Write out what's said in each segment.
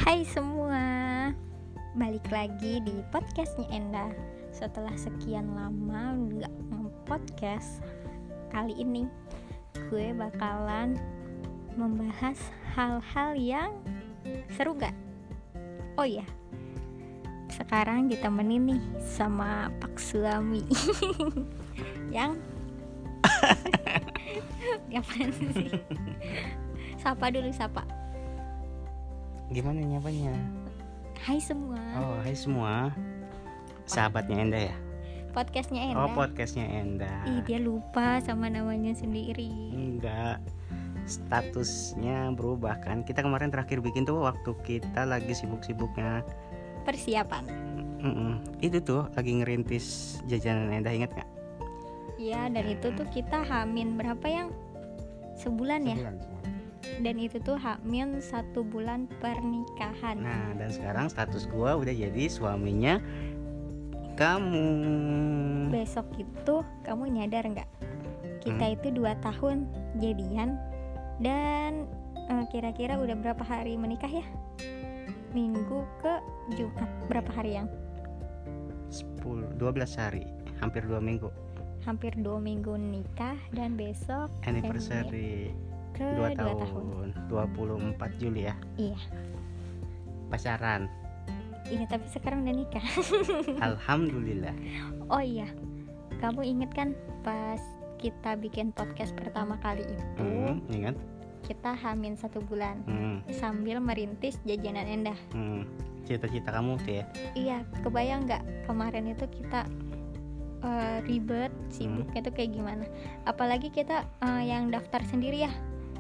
Hai semua, balik lagi di podcastnya Enda. Setelah sekian lama nggak nge-podcast, kali ini gue bakalan membahas hal-hal yang seru gak? Oh iya, sekarang ditemenin nih sama Pak Suami yang ngapain sih? Sapa dulu, sapa. Gimana nyapanya? Hai semua. Oh, hai semua. Sahabatnya Enda ya? Podcastnya Enda. Oh, podcastnya Enda. Ih, dia lupa sama namanya sendiri. Enggak. Statusnya berubah kan. Kita kemarin terakhir bikin tuh waktu kita lagi sibuk-sibuknya Persiapan. Itu tuh lagi ngerintis jajanan Enda, ingat gak? Iya, dan itu tuh kita hamin berapa yang? Sebulan ya? Semua. Dan itu tuh hamin 1 bulan pernikahan. Nah, dan sekarang status gua udah jadi suaminya kamu. Besok itu kamu nyadar gak? Kita itu 2 tahun jadian. Dan kira-kira udah berapa hari menikah ya? Minggu ke Jumat. Berapa hari yang? 12 hari, hampir 2 minggu. Hampir 2 minggu nikah. Dan besok Anniversary ke 2 tahun. tahun 24 Juli ya. Iya. Pacaran. Iya, tapi sekarang udah nikah. Alhamdulillah. Oh iya, kamu inget kan pas kita bikin podcast pertama kali itu, Ingat? kita hamin 1 bulan sambil merintis jajanan Endah. Cita-cita kamu tuh ya. Iya, kebayang nggak kemarin itu kita ribet, sibuknya tuh kayak gimana? Apalagi kita yang daftar sendiri ya,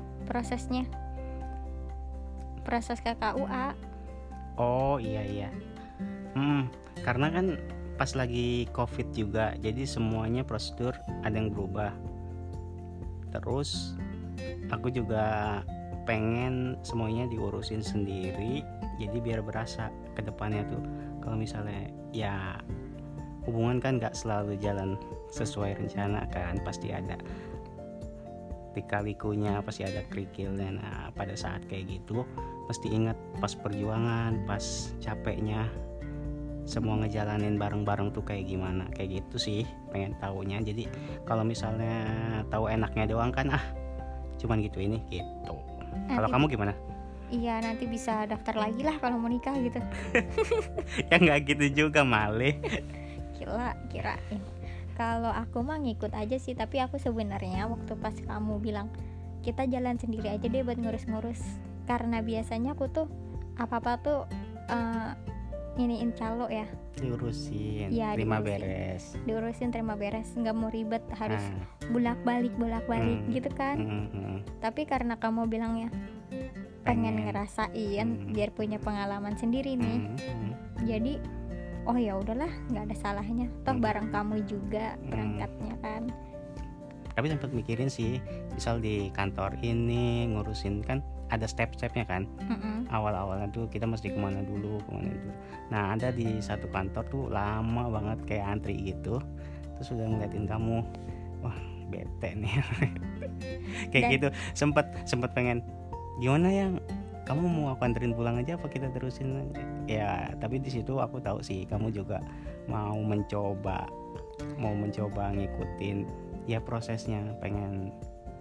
proses KKUA. Oh iya. Karena kan pas lagi COVID juga, jadi semuanya prosedur ada yang berubah. Terus aku juga pengen semuanya diurusin sendiri, jadi biar berasa ke depannya tuh. Kalau misalnya ya hubungan kan gak selalu jalan sesuai rencana kan, pasti ada lika-likunya, pasti ada kerikilnya. Nah, pada saat kayak gitu pasti ingat pas perjuangan, pas capeknya, semua ngejalanin bareng-bareng tuh kayak gimana. Kayak gitu sih pengen taunya. Jadi kalau misalnya tahu enaknya doang kan cuman gitu ini gitu. Kalau kamu gimana? Iya, nanti bisa daftar lagi lah kalau mau nikah gitu. Ya nggak gitu juga Male. Kirain. Kalau aku mah ngikut aja sih, tapi aku sebenarnya waktu pas kamu bilang kita jalan sendiri aja deh buat ngurus-ngurus, karena biasanya aku tuh apa-apa tuh iniin calo ya, Diurusin, ya, terima beres. Diurusin terima beres, nggak mau ribet harus bolak-balik gitu kan. Tapi karena kamu bilangnya pengen ngerasain biar punya pengalaman sendiri nih, jadi oh ya udahlah, nggak ada salahnya, toh bareng kamu juga berangkatnya kan. Tapi sempat mikirin sih, misal di kantor ini ngurusin kan ada step-stepnya kan. Awal-awalnya tuh kita mesti kemana dulu. Nah, ada di satu kantor tuh lama banget kayak antri gitu. Terus udah ngeliatin kamu, wah bete nih. Kayak gitu. Sempat pengen gimana yang kamu mau aku anterin pulang aja apa kita terusin ya. Tapi di situ aku tahu sih kamu juga mau mencoba ngikutin ya prosesnya, pengen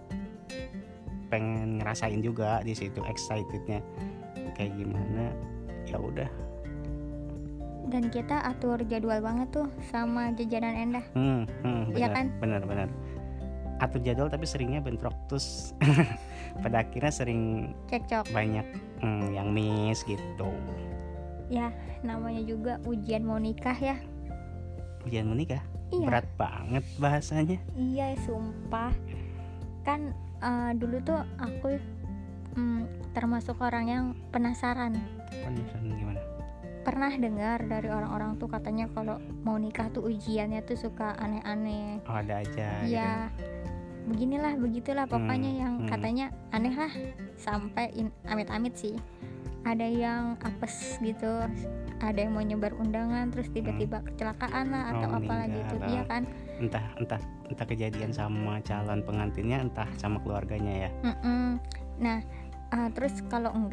ngerasain juga di situ, excitednya kayak gimana. Ya udah. Dan kita atur jadwal banget tuh sama jajanan Endah. Benar, kan? Benar. Atur jadwal tapi seringnya bentrok, terus pada akhirnya sering cekcok, banyak yang miss gitu. Ya namanya juga ujian mau nikah ya. Ujian mau nikah? Iya. Berat banget bahasanya. Iya sumpah. Kan dulu tuh aku termasuk orang yang penasaran. Penasaran gimana? Pernah dengar dari orang-orang tuh katanya kalau mau nikah tuh ujiannya tuh suka aneh-aneh. Oh, ada aja. Iya. Gitu. Beginilah begitulah pokoknya yang katanya aneh lah, sampai amit-amit sih ada yang apes gitu, ada yang mau nyebar undangan terus tiba-tiba kecelakaan lah atau apalah gitu. Iya kan, entah kejadian sama calon pengantinnya, entah sama keluarganya ya. Nah terus kalau enggak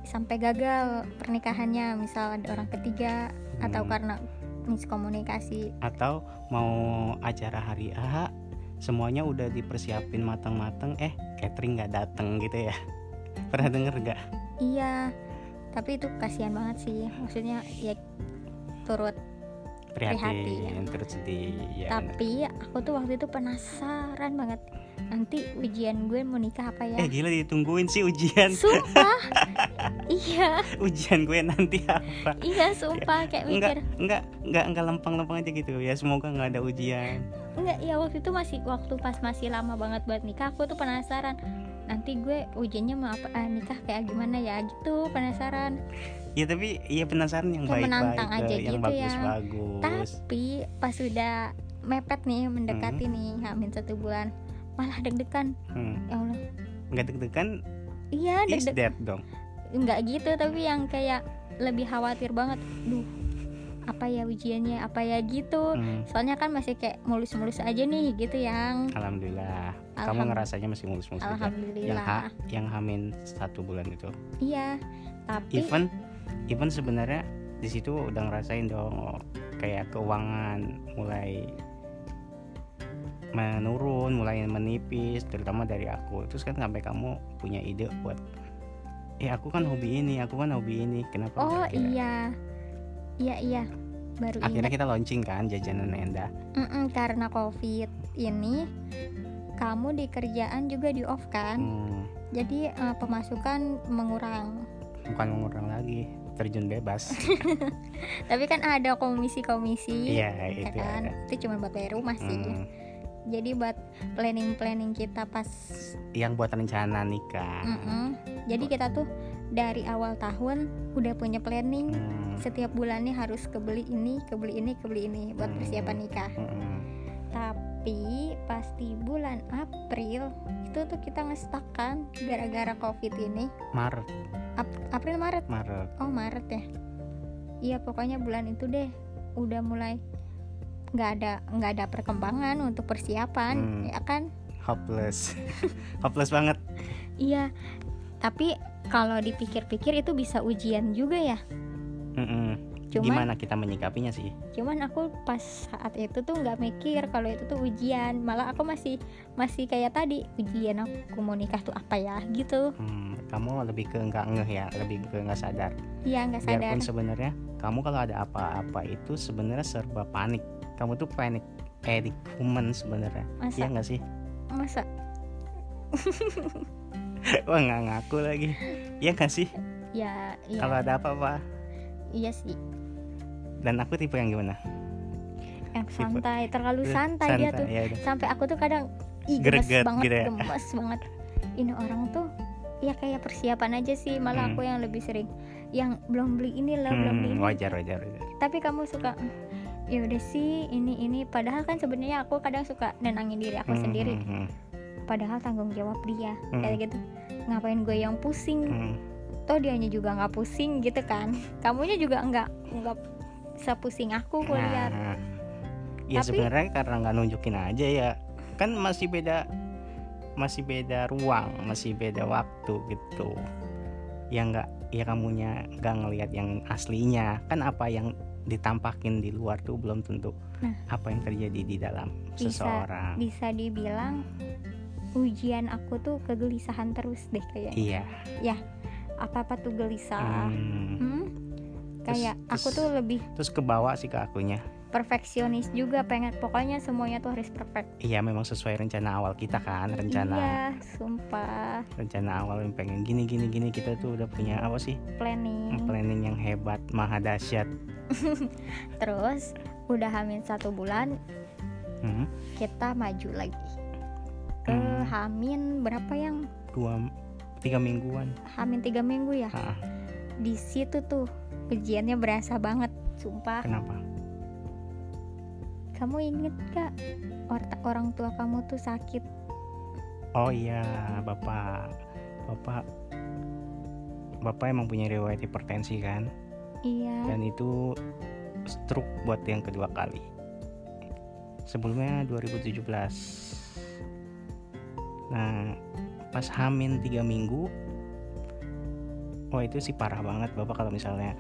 sampai gagal pernikahannya, misal ada orang ketiga atau karena miskomunikasi, atau mau acara hari A semuanya udah dipersiapin matang-matang, catering nggak datang gitu ya. Pernah denger nggak? Iya, tapi itu kasihan banget sih, maksudnya ya turut prihatin, turut sedih ya. Tapi aku tuh waktu itu penasaran banget, nanti ujian gue mau nikah apa ya. Gila, ditungguin sih ujian. Sumpah. Iya. Ujian gue nanti apa? Iya sumpah, kayak mikir enggak lempeng-lempeng aja gitu ya, semoga nggak ada ujian. Enggak, ya waktu itu waktu pas masih lama banget buat nikah, aku tuh penasaran nanti gue ujiannya mau apa, nikah kayak gimana ya gitu, penasaran. Ya tapi ya penasaran yang baik-baik, menantang aja yang gitu ya. bagus-bagus. Tapi pas sudah mepet nih, mendekati nih hamin 1 bulan, malah deg-degan. Ya Allah. Nggak deg-degan? Iya, is that dong? Enggak gitu, tapi yang kayak lebih khawatir banget. Duh, apa ya ujiannya, apa ya gitu. Soalnya kan masih kayak mulus-mulus aja nih gitu yang. Alhamdulillah. Kamu ngerasanya masih mulus-mulus aja. Alhamdulillah. Yang hamin 1 bulan itu. Iya. Tapi even sebenarnya di situ udah ngerasain dong, kayak keuangan mulai menurun, mulai menipis, terutama dari aku. Terus kan sampai kamu punya ide buat, aku kan hobi ini, kenapa? Oh iya, baru akhirnya kita launching kan jajanan Enda. Karena COVID ini, kamu di kerjaan juga di off kan, jadi pemasukan mengurang. Bukan mengurang lagi, terjun bebas. Tapi kan ada komisi-komisi. Iya, itu kan? Itu cuma buat bayar rumah sih. Jadi buat planning kita pas yang buat rencana nikah. Jadi kita tuh dari awal tahun udah punya planning, setiap bulannya harus kebeli ini buat persiapan nikah. Tapi pas di bulan April itu tuh kita ngestak kan gara-gara COVID ini. Maret. Maret. Oh Maret ya. Iya pokoknya bulan itu deh udah mulai nggak ada perkembangan untuk persiapan, ya kan? Hopeless banget. Iya. Tapi kalau dipikir-pikir itu bisa ujian juga ya. Gimana kita menyikapinya sih? Cuman aku pas saat itu tuh nggak mikir kalau itu tuh ujian, malah aku masih kayak tadi, ujian aku mau nikah tuh apa ya gitu. Kamu lebih ke nggak ngeh ya, lebih ke nggak sadar. Iya nggak sadar. Biarpun sebenarnya kamu kalau ada apa-apa itu sebenarnya serba panik. Kamu tuh panic woman sebenarnya. Iya nggak sih? Masa? Wah nggak ngaku lagi. Iya nggak sih? Ya. Kalau ada apa-apa. Iya sih. Dan aku tipe yang gimana? Yang santai, terlalu santai dia tuh. Ya, sampai aku tuh kadang gemes banget gitu ya? Gemes banget. Ini orang tuh ya kayak persiapan aja sih, malah aku yang lebih sering yang belum beli ini loh, belum beli ini. Wajar. Tapi kamu suka ya udah sih ini, padahal kan sebenarnya aku kadang suka nenangin diri aku sendiri. Padahal tanggung jawab dia. Kayak gitu. Ngapain gue yang pusing? Toh dianya juga nggak pusing gitu kan, kamunya juga nggak sepusing aku lihat. Ya sebenarnya karena nggak nunjukin aja ya, kan masih beda ruang, masih beda waktu gitu. Ya kamunya nggak ngelihat yang aslinya kan, apa yang ditampakin di luar tuh belum tentu apa yang terjadi di dalam seseorang. Bisa dibilang ujian aku tuh kegelisahan terus deh kayak. Iya. Ya. Apa tuh gelisah. Kayak aku tuh lebih terus kebawa sih ke akunya. Perfeksionis juga, pengen pokoknya semuanya tuh harus perfect. Iya memang sesuai rencana awal kita kan, Iya, sumpah. Rencana awal yang pengen gini kita tuh udah punya apa sih? Planning yang hebat, maha dahsyat. Terus udah hamin 1 bulan, kita maju lagi ke hamin berapa yang? 3 mingguan. Hamin 3 minggu ya. Di situ tuh ujiannya berasa banget, sumpah. Kenapa? Kamu inget gak orang tua kamu tuh sakit? Oh iya, bapak emang punya riwayat hipertensi kan? Iya. Dan itu stroke buat yang kedua kali. Sebelumnya 2017. Nah, pas hamin 3 minggu wah itu sih parah banget Bapak kalau misalnya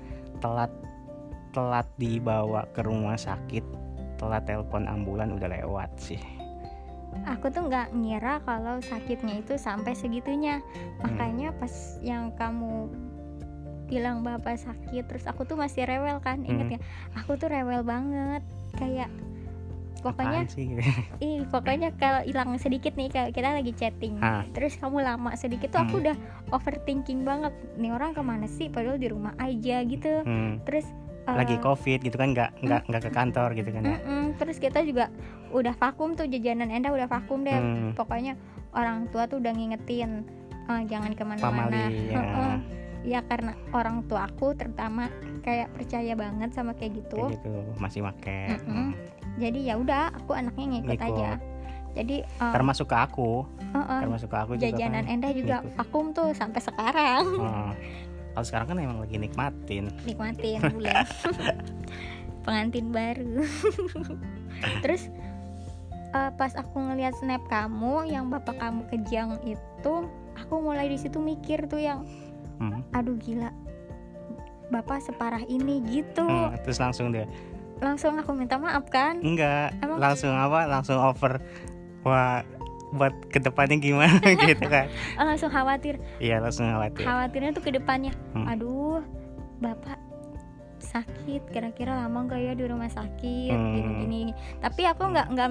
telat dibawa ke rumah sakit, telat telepon ambulan udah lewat sih. Aku tuh nggak ngira kalau sakitnya itu sampai segitunya. Makanya pas yang kamu bilang bapak sakit, terus aku tuh masih rewel kan, inget ya? Aku tuh rewel banget, kayak pokoknya pokoknya kalau hilang sedikit nih, kalau kita lagi chatting terus kamu lama sedikit tuh aku udah overthinking banget, nih orang kemana sih, padahal di rumah aja gitu. Terus lagi covid gitu kan, nggak ke kantor gitu kan ya. Terus kita juga udah vakum tuh, jajanan Endah udah vakum deh. Pokoknya orang tua tuh udah ngingetin jangan kemana-mana. Ya karena orang tua aku terutama kayak percaya banget sama kayak gitu, masih make. Jadi ya udah, aku anaknya ngikut aja. Jadi termasuk ke aku jajanan juga Endah juga vakum tuh sampai sekarang. Kalau sekarang kan emang lagi nikmatin bulan pengantin baru. Terus pas aku ngelihat snap kamu yang bapak kamu kejang itu, aku mulai di situ mikir tuh yang aduh gila, bapak separah ini gitu. Terus langsung aku minta maaf kan? Enggak, langsung over. Wah, buat kedepannya gimana gitu kan? Langsung khawatir. Iya, langsung khawatir. Khawatirnya tuh kedepannya. Aduh, bapak sakit, kira-kira lama nggak ya di rumah sakit, gini. Tapi aku nggak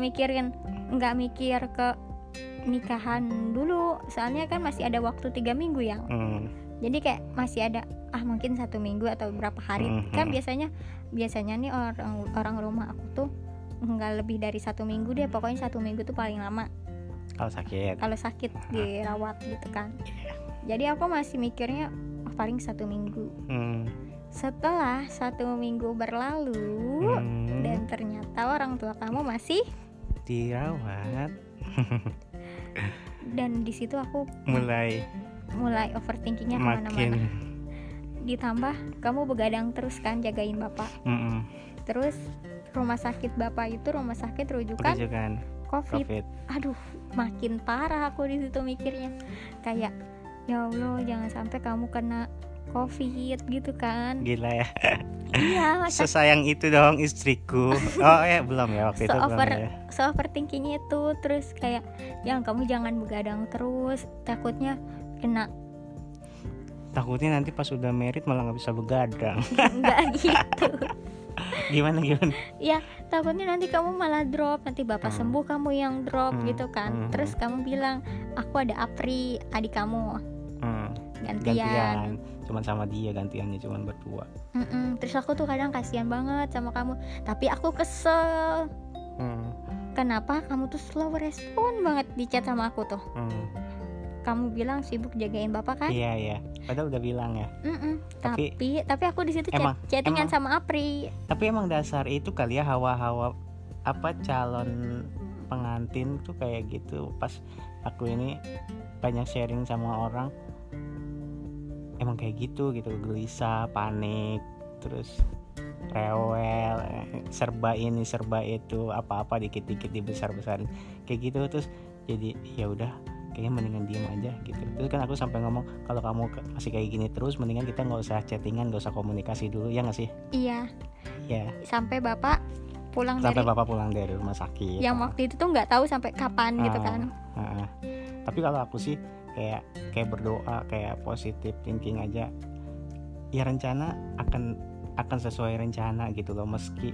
mikir ke nikahan dulu, soalnya kan masih ada waktu 3 minggu yang. Jadi kayak masih ada mungkin 1 minggu atau berapa hari. Kan biasanya nih orang rumah aku tuh nggak lebih dari 1 minggu deh, pokoknya 1 minggu tuh paling lama. Kalau sakit dirawat gitu kan. Jadi aku masih mikirnya paling 1 minggu. Setelah 1 minggu berlalu dan ternyata orang tua kamu masih dirawat. Dan di situ aku mulai overthinkingnya kemana-mana. Ditambah kamu begadang terus kan jagain bapak. Terus rumah sakit bapak itu rumah sakit rujukan COVID. Aduh, makin parah aku di situ mikirnya. Kayak ya Allah, jangan sampai kamu kena COVID gitu kan. Gila ya. Iya, sesayang itu dong istriku. Belum ya waktu itu belum ya. Overthinkingnya itu, terus kayak yang kamu jangan begadang terus, takutnya nanti pas udah married malah nggak bisa begadang. Nggak gitu. Gimana? Ya takutnya nanti kamu malah drop, nanti bapak sembuh kamu yang drop gitu kan. Terus kamu bilang aku ada Apri adik kamu gantian. Cuman sama dia gantiannya cuman berdua. Terus aku tuh kadang kasihan banget sama kamu, tapi aku kesel. Kenapa kamu tuh slow respon banget di chat sama aku tuh? Kamu bilang sibuk jagain bapak kan? Iya. Padahal udah bilang ya. Tapi aku di situ chattingan sama Apri. Tapi emang dasar itu kali ya, hawa-hawa calon pengantin tuh kayak gitu. Pas aku ini banyak sharing sama orang, emang kayak gitu, gelisah, panik, terus rewel, serba ini serba itu, apa-apa dikit-dikit dibesar-besarin kayak gitu. Terus jadi ya udah, kayaknya mendingan diem aja gitu. Terus kan aku sampai ngomong, kalau kamu masih kayak gini terus mendingan kita nggak usah chattingan, nggak usah komunikasi dulu, ya nggak sih? Iya. Sampai bapak pulang dari rumah sakit. Yang waktu itu tuh nggak tahu sampai kapan gitu kan. Tapi kalau aku sih kayak berdoa, kayak positive thinking aja. Ya rencana akan sesuai rencana gitu loh, meski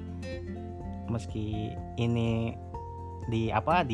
ini di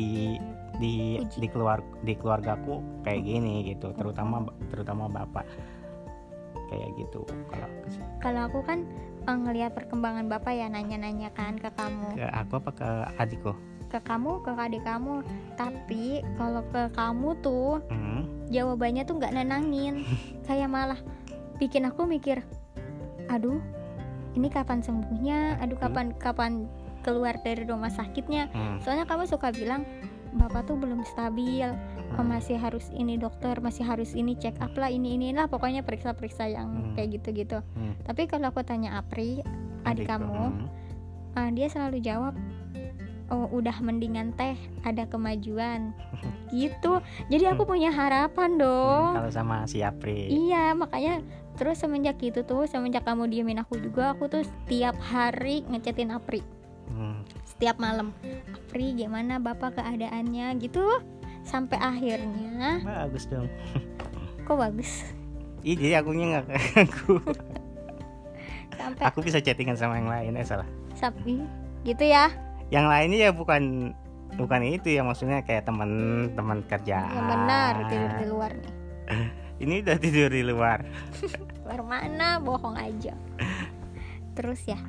keluargaku kayak gini gitu, terutama bapak kayak gitu. Kalau aku kan ngelihat perkembangan bapak ya, nanya-nanya kan ke kamu. Ke aku apa ke adikku? Ke kamu, ke adik kamu. Tapi kalau ke kamu tuh jawabannya tuh nggak nenangin, kayak malah bikin aku mikir, aduh ini kapan sembuhnya, aduh kapan keluar dari rumah sakitnya. Soalnya kamu suka bilang bapak tuh belum stabil, masih harus ini dokter, masih harus ini check up lah, inilah pokoknya periksa yang kayak gitu. Tapi kalau aku tanya Apri, adik kamu, dia selalu jawab oh udah mendingan teh, ada kemajuan gitu. Jadi aku punya harapan dong. Kalau sama si Apri. Iya, makanya terus semenjak itu tuh, semenjak kamu diemin aku juga, aku tuh setiap hari ngechatin Apri. Setiap malam, Apri gimana bapak keadaannya gitu. Sampai akhirnya bagus dong. Kok bagus? Iya, jadi akunya nggak aku. Sampai aku bisa chattingan sama yang lain, salah. Sapi gitu ya. Yang lainnya ya bukan itu ya, maksudnya kayak teman kerjaan. Yang benar, tidur di luar nih. Ini udah tidur di luar. Luar mana, bohong aja. Terus ya,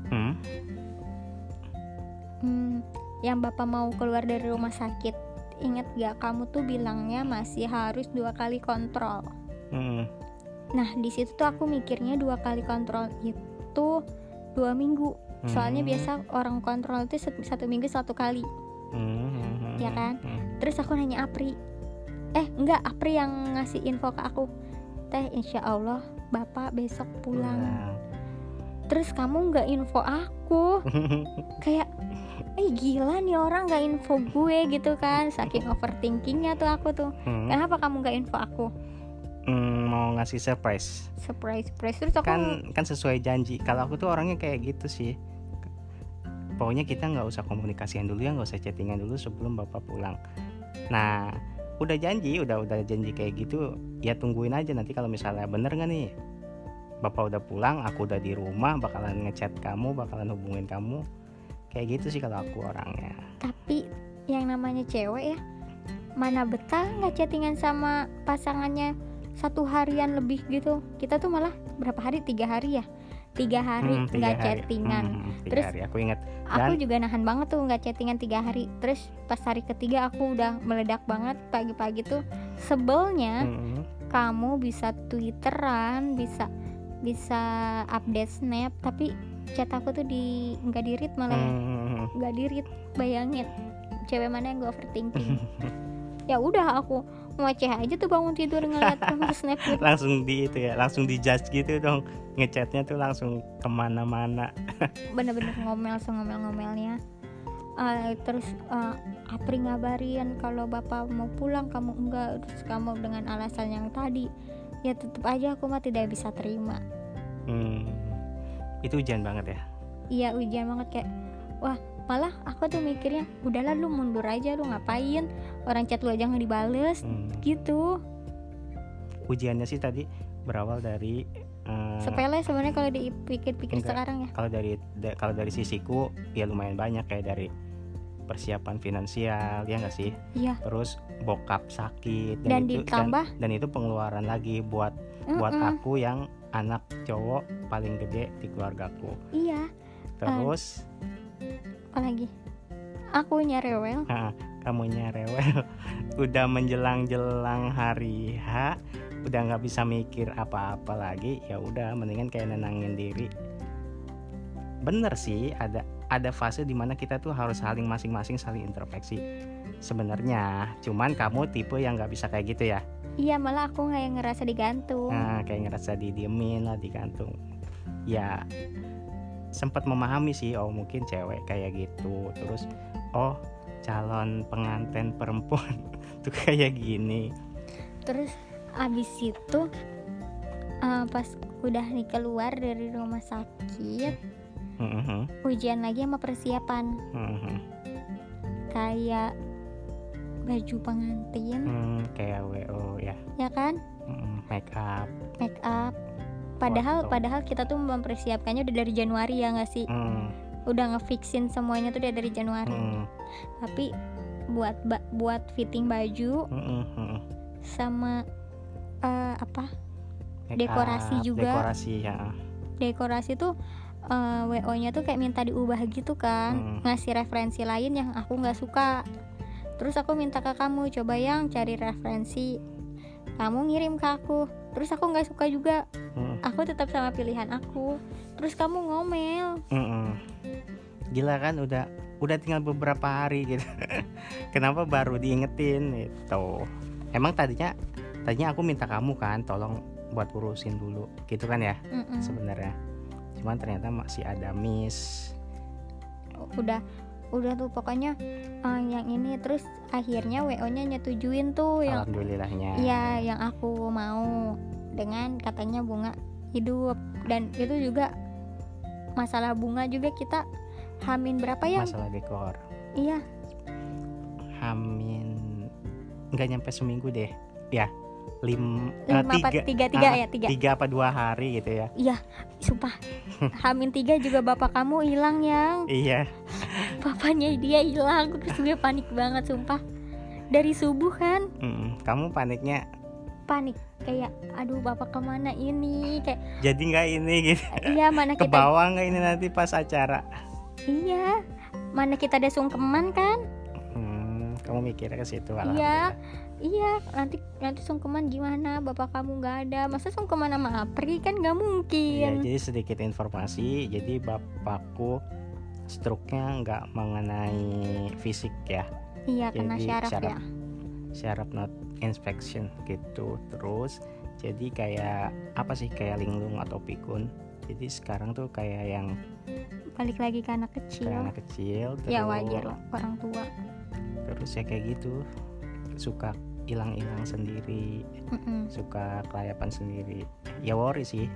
yang bapak mau keluar dari rumah sakit, ingat gak kamu tuh bilangnya masih harus 2 kali kontrol. Nah di situ tuh aku mikirnya 2 kali kontrol itu 2 minggu. Soalnya biasa orang kontrol itu 1 minggu 1 kali, ya kan? Terus aku nanya Apri, enggak, Apri yang ngasih info ke aku, teh insya Allah bapak besok pulang. Terus kamu nggak info aku, kayak gila nih orang nggak info gue gitu kan, saking overthinkingnya tuh aku tuh. Kenapa kamu nggak info aku? Mau ngasih surprise. Terus aku kan sesuai janji. Kalau aku tuh orangnya kayak gitu sih, pokoknya kita nggak usah komunikasian dulu ya, nggak usah chattingan dulu sebelum bapak pulang. Nah udah janji kayak gitu ya, tungguin aja nanti kalau misalnya bener nggak nih bapak udah pulang, aku udah di rumah, bakalan ngechat kamu, bakalan hubungin kamu. Kayak gitu sih kalau aku orangnya. Tapi yang namanya cewek ya, mana betah nggak chattingan sama pasangannya 1 harian lebih gitu. Kita tuh malah berapa hari, 3 hari ya, 3 hari nggak chattingan. Terus hari, aku ingat. Aku juga nahan banget tuh nggak chattingan 3 hari. Terus pas hari ketiga aku udah meledak banget. Pagi-pagi tuh sebelnya kamu bisa twitteran, bisa update snap, tapi chat aku tuh nggak di read malah ya. Nggak di read. Bayangin cewek mana yang gue overthinking. Ya udah aku ngoceh aja tuh bangun tidur ngeliat kamu snap gitu. Langsung langsung di judge gitu dong, ngechatnya tuh langsung kemana-mana. Bener-bener ngomel-ngomelnya. Terus Apri ngabarin kalau bapak mau pulang, kamu enggak. Terus kamu dengan alasan yang tadi, ya tetep aja aku mah tidak bisa terima. Itu ujian banget ya? Iya ujian banget, kayak wah malah aku tuh mikirnya udahlah lu mundur aja, lu ngapain, orang chat lu aja nggak dibales gitu. Ujiannya sih tadi berawal dari sepele sebenarnya kalau dipikir-pikir sekarang ya. Kalau dari sisiku ya lumayan banyak, kayak dari persiapan finansial ya nggak sih? Iya. Terus bokap sakit dan itu, ditambah dan itu pengeluaran lagi buat aku yang anak cowok paling gede di keluargaku. Iya. Terus apalagi akunya rewel. Kamunya rewel. Udah menjelang hari H, udah nggak bisa mikir apa-apa lagi, ya udah mendingan kayak nenangin diri. Bener sih, ada fase dimana kita tuh harus saling masing-masing saling introspeksi sebenarnya. Cuman kamu tipe yang nggak bisa kayak gitu ya? Iya, malah aku kayak ngerasa digantung. Kayak ngerasa didiemin lah, digantung. Ya sempat memahami sih, oh mungkin cewek kayak gitu. Terus oh calon pengantin perempuan tuh kayak gini. Terus abis itu pas udah nih keluar dari rumah sakit, ujian lagi sama persiapan. Kayak baju pengantin, kayak WO ya kan? Make up. Padahal kita tuh mempersiapkannya udah dari Januari ya nggak sih? Udah ngefixin semuanya tuh dari Januari. Tapi buat fitting baju sama dekorasi juga. Dekorasi tuh WO-nya tuh kayak minta diubah gitu kan, ngasih referensi lain yang aku nggak suka. Terus aku minta ke kamu, coba yang cari referensi, kamu ngirim ke aku. Terus aku nggak suka juga. Aku tetap sama pilihan aku. Terus kamu ngomel. Gila kan, udah tinggal beberapa hari gitu. Kenapa baru diingetin gitu? Emang tadinya aku minta kamu kan tolong buat urusin dulu gitu kan ya sebenarnya. Cuman ternyata masih ada miss. udah tuh pokoknya yang ini. Terus akhirnya WO-nya nyetujuin tuh yang alhamdulillahnya. Iya, yang aku mau, dengan katanya bunga hidup. Dan itu juga masalah bunga juga kita Hamin berapa ya? Masalah dekor. Iya. Hamin nggak nyampe seminggu deh. Ya. 3 apa 2 hari gitu ya. Iya, sumpah. Hamin 3 juga bapak kamu hilang yang. Iya. Bapaknya dia hilang, terus gue panik banget sumpah. Dari subuh kan. Kamu paniknya? Panik kayak aduh bapak kemana ini, kayak jadi nggak ini gitu. Iya, mana kita kebawa nggak ini nanti pas acara. Iya, mana kita ada sungkeman kan. Kamu mikirnya ke situ. Iya, nanti sungkeman gimana, bapak kamu nggak ada, masa sungkeman sama Apri kan nggak mungkin. Iya, jadi sedikit informasi, jadi bapakku stroke-nya nggak mengenai fisik ya. Iya, kena syaraf ya. Syaraf not inspection gitu. Terus jadi kayak apa sih, kayak linglung atau pikun. Jadi sekarang tuh kayak yang balik lagi ke anak kecil. Terus, ya wajar lah orang tua. Terus ya kayak gitu, suka hilang-hilang sendiri, suka kelayapan sendiri. Ya worry sih.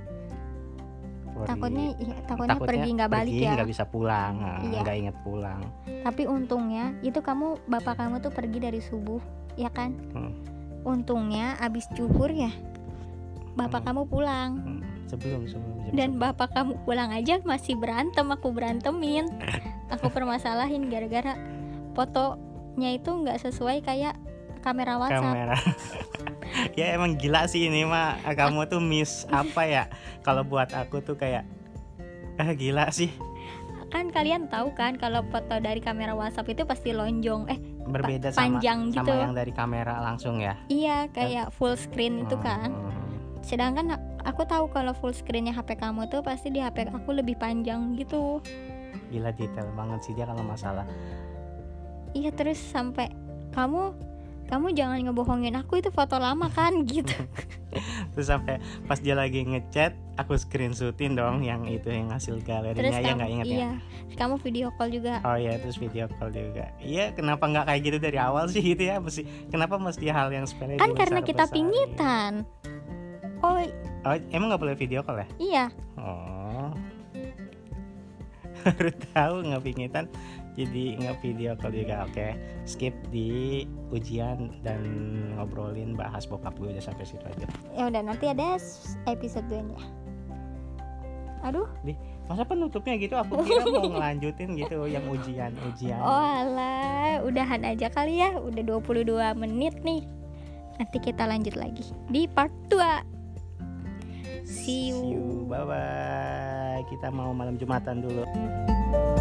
Takutnya pergi nggak balik ya. Nggak bisa pulang, nggak inget pulang. Tapi untungnya itu bapak kamu tuh pergi dari subuh, ya kan? Untungnya abis zuhur ya, bapak kamu pulang. Sebelum. Dan bapak kamu pulang aja masih berantem, aku berantemin, aku permasalahin gara-gara fotonya itu nggak sesuai kayak kamera WhatsApp. Ya emang gila sih ini mah, kamu tuh miss apa ya? Kalau buat aku tuh kayak gila sih. Kan kalian tahu kan kalau foto dari kamera WhatsApp itu pasti lonjong, berbeda panjang sama gitu. Sama yang dari kamera langsung ya. Iya, kayak full screen itu kan. Sedangkan aku tahu kalau full screennya HP kamu tuh pasti di HP aku lebih panjang gitu. Gila, detail banget sih dia kalau masalah. Iya, terus sampai kamu jangan ngebohongin aku, itu foto lama kan gitu. Terus sampai pas dia lagi ngechat, aku screenshotin dong yang itu, yang hasil galerinya. Terus ya nggak inget ya. Iya, kamu video call juga. Oh iya, terus video call juga. Iya, kenapa nggak kayak gitu dari awal sih gitu ya? Kenapa mesti hal yang sepele kan karena kita pingitan. Oh, emang nggak boleh video call ya? Iya. Oh, baru tahu nggak pingitan. Jadi nggak video call juga. Oke, skip di ujian dan ngobrolin bahas bokap gue, udah sampai situ aja. Ya udah, nanti ada episode 2-nya. Aduh, masa penutupnya gitu? Aku kira mau ngelanjutin gitu yang ujian. Oh alah, udahan aja kali ya. Udah 22 menit nih. Nanti kita lanjut lagi di part 2. See you. Bye bye. Kita mau malam Jumatan dulu.